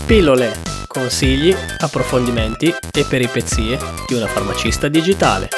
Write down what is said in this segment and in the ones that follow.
Pillole, consigli, approfondimenti e peripezie di una farmacista digitale.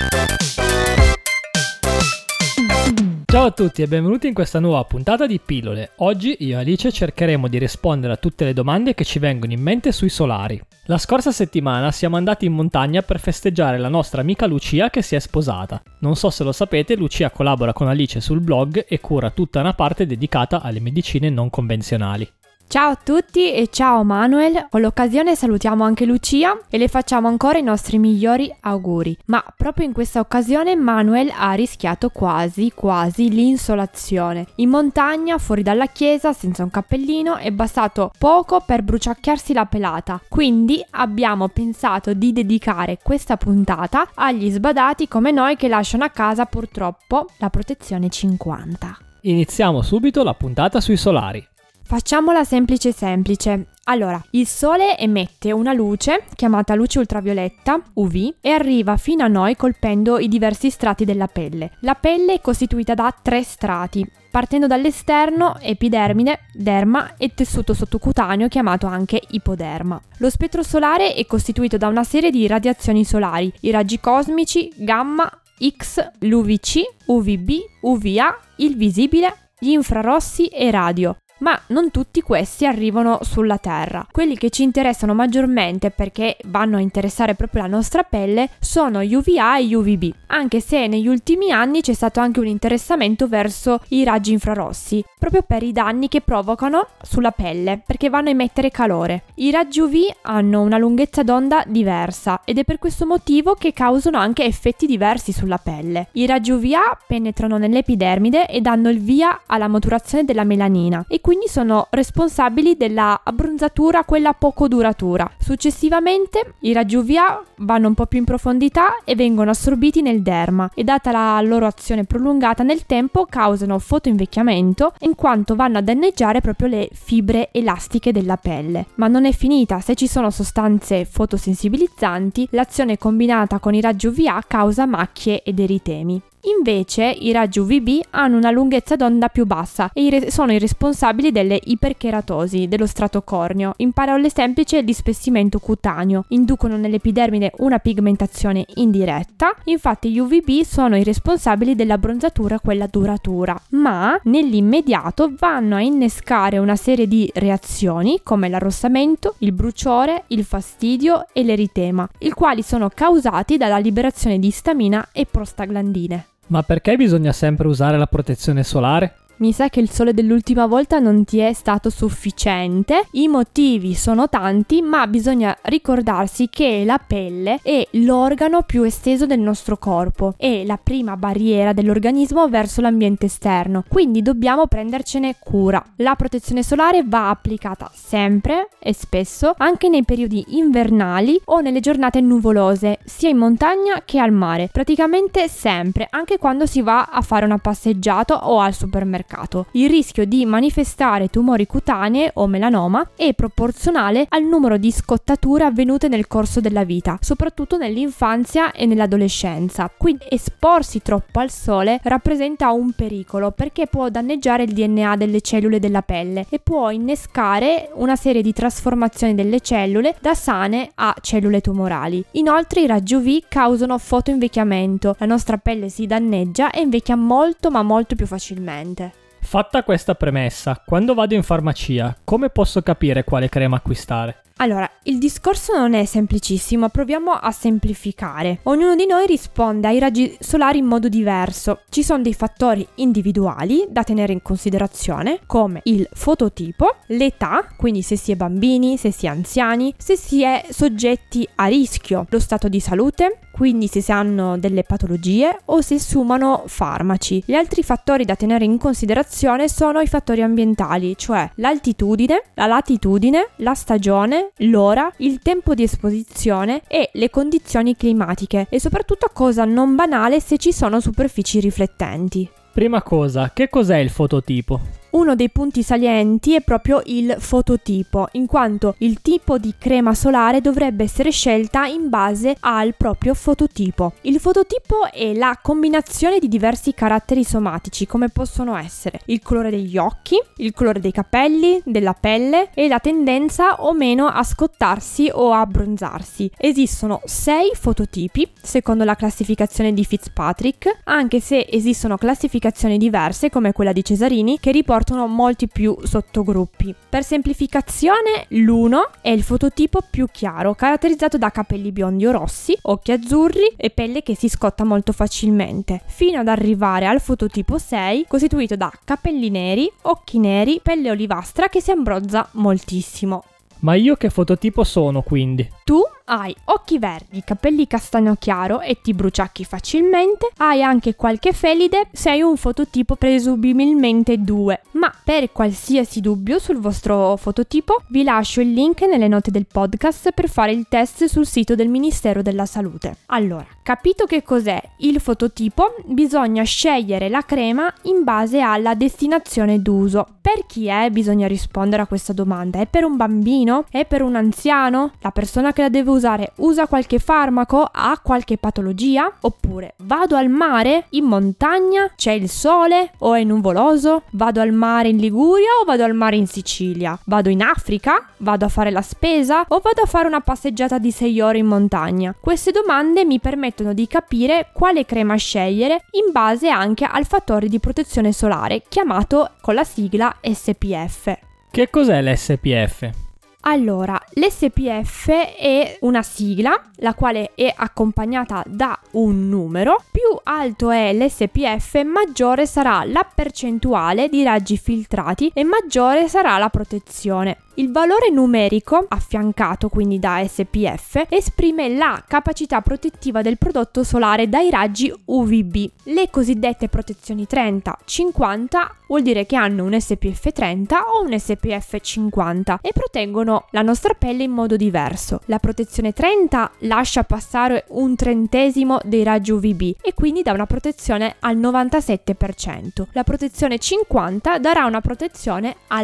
Ciao a tutti e benvenuti in questa nuova puntata di Pillole. Oggi io e Alice cercheremo di rispondere a tutte le domande che ci vengono in mente sui solari. La scorsa settimana siamo andati in montagna per festeggiare la nostra amica Lucia che si è sposata. Non so se lo sapete, Lucia collabora con Alice sul blog e cura tutta una parte dedicata alle medicine non convenzionali. Ciao a tutti e ciao Manuel, con l'occasione salutiamo anche Lucia e le facciamo ancora i nostri migliori auguri. Ma proprio in questa occasione Manuel ha rischiato quasi l'insolazione. In montagna, fuori dalla chiesa, senza un cappellino, è bastato poco per bruciacchiarsi la pelata. Quindi abbiamo pensato di dedicare questa puntata agli sbadati come noi che lasciano a casa purtroppo la protezione 50. Iniziamo subito la puntata sui solari. Facciamola semplice. Allora, il sole emette una luce chiamata luce ultravioletta, UV, e arriva fino a noi colpendo i diversi strati della pelle. La pelle è costituita da 3 strati, partendo dall'esterno, epidermide, derma e tessuto sottocutaneo chiamato anche ipoderma. Lo spettro solare è costituito da una serie di radiazioni solari, i raggi cosmici, gamma, X, l'UVC, UVB, UVA, il visibile, gli infrarossi e radio. Ma non tutti questi arrivano sulla Terra. Quelli che ci interessano maggiormente perché vanno a interessare proprio la nostra pelle sono UVA e UVB, anche se negli ultimi anni c'è stato anche un interessamento verso i raggi infrarossi, proprio per i danni che provocano sulla pelle, perché vanno a emettere calore. I raggi UV hanno una lunghezza d'onda diversa ed è per questo motivo che causano anche effetti diversi sulla pelle. I raggi UVA penetrano nell'epidermide e danno il via alla maturazione della melanina e quindi sono responsabili della abbronzatura, quella poco duratura. Successivamente i raggi UVA vanno un po' più in profondità e vengono assorbiti nel derma e data la loro azione prolungata nel tempo causano fotoinvecchiamento in quanto vanno a danneggiare proprio le fibre elastiche della pelle. Ma non è finita, se ci sono sostanze fotosensibilizzanti, l'azione combinata con i raggi UVA causa macchie ed eritemi. Invece i raggi UVB hanno una lunghezza d'onda più bassa e sono i responsabili delle ipercheratosi dello strato corneo. In parole semplici il dispessimento cutaneo, inducono nell'epidermide una pigmentazione indiretta. Infatti gli UVB sono i responsabili della bronzatura, quella duratura, ma nell'immediato vanno a innescare una serie di reazioni come l'arrossamento, il bruciore, il fastidio e l'eritema, i quali sono causati dalla liberazione di istamina e prostaglandine. Ma perché bisogna sempre usare la protezione solare? Mi sa che il sole dell'ultima volta non ti è stato sufficiente. I motivi sono tanti, ma bisogna ricordarsi che la pelle è l'organo più esteso del nostro corpo, è la prima barriera dell'organismo verso l'ambiente esterno, quindi dobbiamo prendercene cura. La protezione solare va applicata sempre e spesso, anche nei periodi invernali o nelle giornate nuvolose, sia in montagna che al mare, praticamente sempre, anche quando si va a fare una passeggiata o al supermercato. Il rischio di manifestare tumori cutanei o melanoma è proporzionale al numero di scottature avvenute nel corso della vita, soprattutto nell'infanzia e nell'adolescenza. Quindi esporsi troppo al sole rappresenta un pericolo perché può danneggiare il DNA delle cellule della pelle e può innescare una serie di trasformazioni delle cellule da sane a cellule tumorali. Inoltre i raggi UV causano fotoinvecchiamento, la nostra pelle si danneggia e invecchia molto ma molto più facilmente. Fatta questa premessa, quando vado in farmacia, come posso capire quale crema acquistare? Allora, il discorso non è semplicissimo, proviamo a semplificare. Ognuno di noi risponde ai raggi solari in modo diverso. Ci sono dei fattori individuali da tenere in considerazione, come il fototipo, l'età, quindi se si è bambini, se si è anziani, se si è soggetti a rischio, lo stato di salute, quindi se si hanno delle patologie o se assumano farmaci. Gli altri fattori da tenere in considerazione sono i fattori ambientali, cioè l'altitudine, la latitudine, la stagione, l'ora, il tempo di esposizione e le condizioni climatiche e soprattutto, cosa non banale, se ci sono superfici riflettenti. Prima cosa, che cos'è il fototipo? Uno dei punti salienti è proprio il fototipo, in quanto il tipo di crema solare dovrebbe essere scelta in base al proprio fototipo. Il fototipo è la combinazione di diversi caratteri somatici, come possono essere il colore degli occhi, il colore dei capelli, della pelle e la tendenza o meno a scottarsi o a abbronzarsi. Esistono 6 fototipi, secondo la classificazione di Fitzpatrick, anche se esistono classificazioni diverse, come quella di Cesarini, che riportano molti più sottogruppi. Per semplificazione, l'1 è il fototipo più chiaro, caratterizzato da capelli biondi o rossi, occhi azzurri e pelle che si scotta molto facilmente, fino ad arrivare al fototipo 6, costituito da capelli neri, occhi neri, pelle olivastra che si ambrozza moltissimo. Ma io che fototipo sono, quindi? Tu hai occhi verdi, capelli castano chiaro e ti bruciacchi facilmente, hai anche qualche felide, sei un fototipo presumibilmente 2. Ma per qualsiasi dubbio sul vostro fototipo vi lascio il link nelle note del podcast per fare il test sul sito del Ministero della Salute. Allora, capito che cos'è il fototipo, bisogna scegliere la crema in base alla destinazione d'uso. Per chi è? Bisogna rispondere a questa domanda. È per un bambino? È per un anziano? La persona che la deve usare usa qualche farmaco? Ha qualche patologia? Oppure vado al mare? In montagna? C'è il sole? O è nuvoloso? Vado al mare in Liguria o vado al mare in Sicilia? Vado in Africa? Vado a fare la spesa? O vado a fare una passeggiata di 6 ore in montagna? Queste domande mi permettono di capire quale crema scegliere in base anche al fattore di protezione solare, chiamato con la sigla SPF. Che cos'è l'SPF? Allora, l'SPF è una sigla, la quale è accompagnata da un numero. Più alto è l'SPF, maggiore sarà la percentuale di raggi filtrati e maggiore sarà la protezione. Il valore numerico, affiancato quindi da SPF, esprime la capacità protettiva del prodotto solare dai raggi UVB. Le cosiddette protezioni 30-50 vuol dire che hanno un SPF 30 o un SPF 50 e proteggono la nostra pelle in modo diverso. La protezione 30 lascia passare un trentesimo dei raggi UVB e quindi dà una protezione al 97%. La protezione 50 darà una protezione al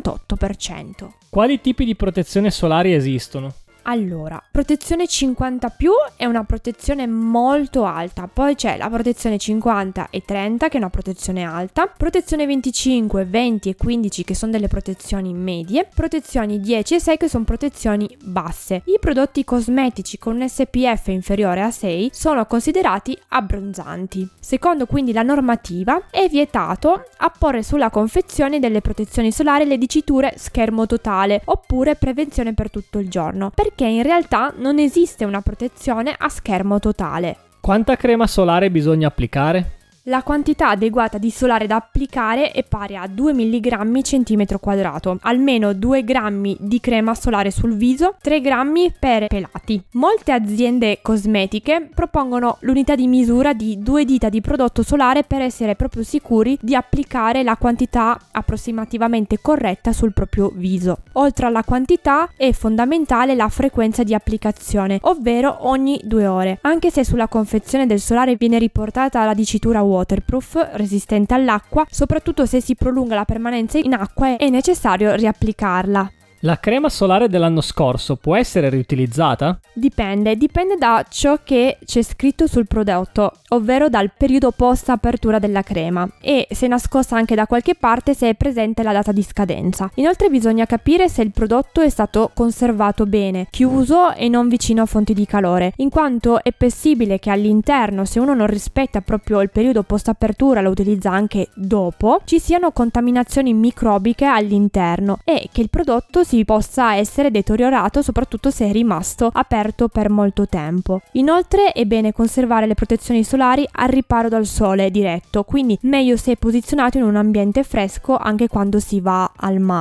98%. Quali tipi di protezione solari esistono? Allora, protezione 50+ è una protezione molto alta, poi c'è la protezione 50 e 30 che è una protezione alta, protezione 25, 20 e 15 che sono delle protezioni medie, protezioni 10 e 6 che sono protezioni basse. I prodotti cosmetici con un SPF inferiore a 6 sono considerati abbronzanti. Secondo quindi la normativa è vietato apporre sulla confezione delle protezioni solari le diciture schermo totale oppure prevenzione per tutto il giorno, perché in realtà non esiste una protezione a schermo totale. Quanta crema solare bisogna applicare? La quantità adeguata di solare da applicare è pari a 2 mg centimetro quadrato, almeno 2 grammi di crema solare sul viso, 3 grammi per pelati. Molte aziende cosmetiche propongono l'unità di misura di 2 dita di prodotto solare per essere proprio sicuri di applicare la quantità approssimativamente corretta sul proprio viso. Oltre alla quantità è fondamentale la frequenza di applicazione, ovvero ogni 2 ore, anche se sulla confezione del solare viene riportata la dicitura waterproof, resistente all'acqua, soprattutto se si prolunga la permanenza in acqua è necessario riapplicarla. La crema solare dell'anno scorso può essere riutilizzata? Dipende da ciò che c'è scritto sul prodotto, ovvero dal periodo post apertura della crema e se nascosta anche da qualche parte se è presente la data di scadenza. Inoltre bisogna capire se il prodotto è stato conservato bene, chiuso e non vicino a fonti di calore, in quanto è possibile che all'interno, se uno non rispetta proprio il periodo post apertura, lo utilizza anche dopo, ci siano contaminazioni microbiche all'interno e che il prodotto si possa essere deteriorato soprattutto se è rimasto aperto per molto tempo. Inoltre è bene conservare le protezioni solari al riparo dal sole diretto, quindi meglio se posizionato in un ambiente fresco anche quando si va al mare.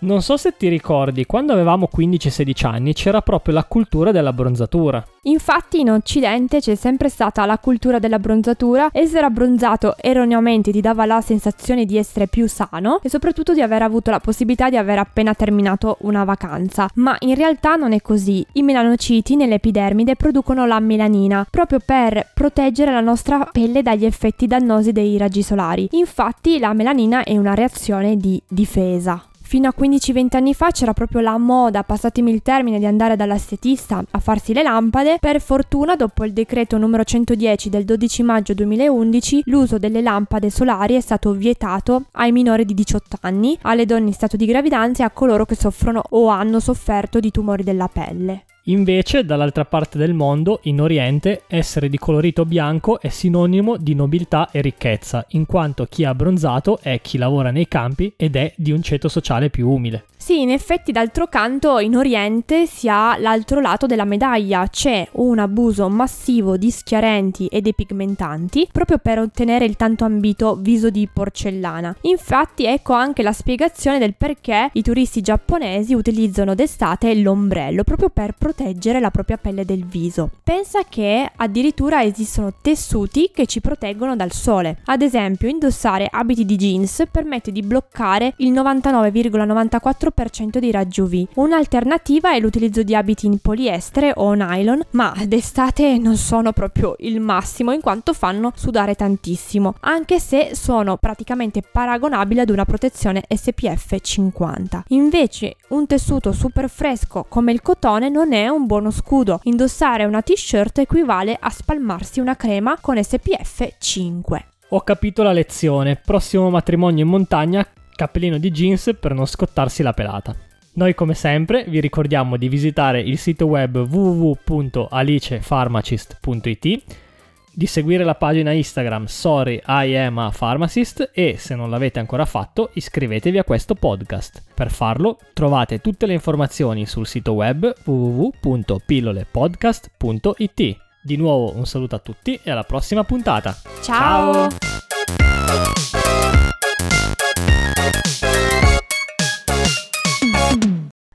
Non so se ti ricordi, quando avevamo 15-16 anni c'era proprio la cultura dell'abbronzatura. Infatti in Occidente c'è sempre stata la cultura dell'abbronzatura. Essere abbronzato erroneamente ti dava la sensazione di essere più sano e soprattutto di aver avuto la possibilità di aver appena terminato una vacanza, ma in realtà non è così. I melanociti nell'epidermide producono la melanina proprio per proteggere la nostra pelle dagli effetti dannosi dei raggi solari. Infatti la melanina è una reazione di difesa. Fino a 15-20 anni fa c'era proprio la moda, passatemi il termine, di andare dall'estetista a farsi le lampade. Per fortuna, dopo il decreto numero 110 del 12 maggio 2011, l'uso delle lampade solari è stato vietato ai minori di 18 anni, alle donne in stato di gravidanza e a coloro che soffrono o hanno sofferto di tumori della pelle. Invece, dall'altra parte del mondo, in Oriente, essere di colorito bianco è sinonimo di nobiltà e ricchezza, in quanto chi è abbronzato è chi lavora nei campi ed è di un ceto sociale più umile. Sì, in effetti d'altro canto in Oriente si ha l'altro lato della medaglia, c'è un abuso massivo di schiarenti e depigmentanti proprio per ottenere il tanto ambito viso di porcellana. Infatti ecco anche la spiegazione del perché i turisti giapponesi utilizzano d'estate l'ombrello proprio per proteggere la propria pelle del viso. Pensa che addirittura esistono tessuti che ci proteggono dal sole. Ad esempio, indossare abiti di jeans permette di bloccare il 99,94% di raggi UV. Un'alternativa è l'utilizzo di abiti in poliestere o nylon, ma d'estate non sono proprio il massimo in quanto fanno sudare tantissimo, anche se sono praticamente paragonabili ad una protezione SPF 50. Invece un tessuto super fresco come il cotone non è un buono scudo. Indossare una t-shirt equivale a spalmarsi una crema con SPF 5. Ho capito la lezione. Prossimo matrimonio in montagna, cappellino di jeans per non scottarsi la pelata. Noi come sempre vi ricordiamo di visitare il sito web www.alicepharmacist.it, di seguire la pagina Instagram Sorry I am a Pharmacist e, se non l'avete ancora fatto, iscrivetevi a questo podcast. Per farlo trovate tutte le informazioni sul sito web www.pillolepodcast.it. Di nuovo un saluto a tutti e alla prossima puntata. Ciao!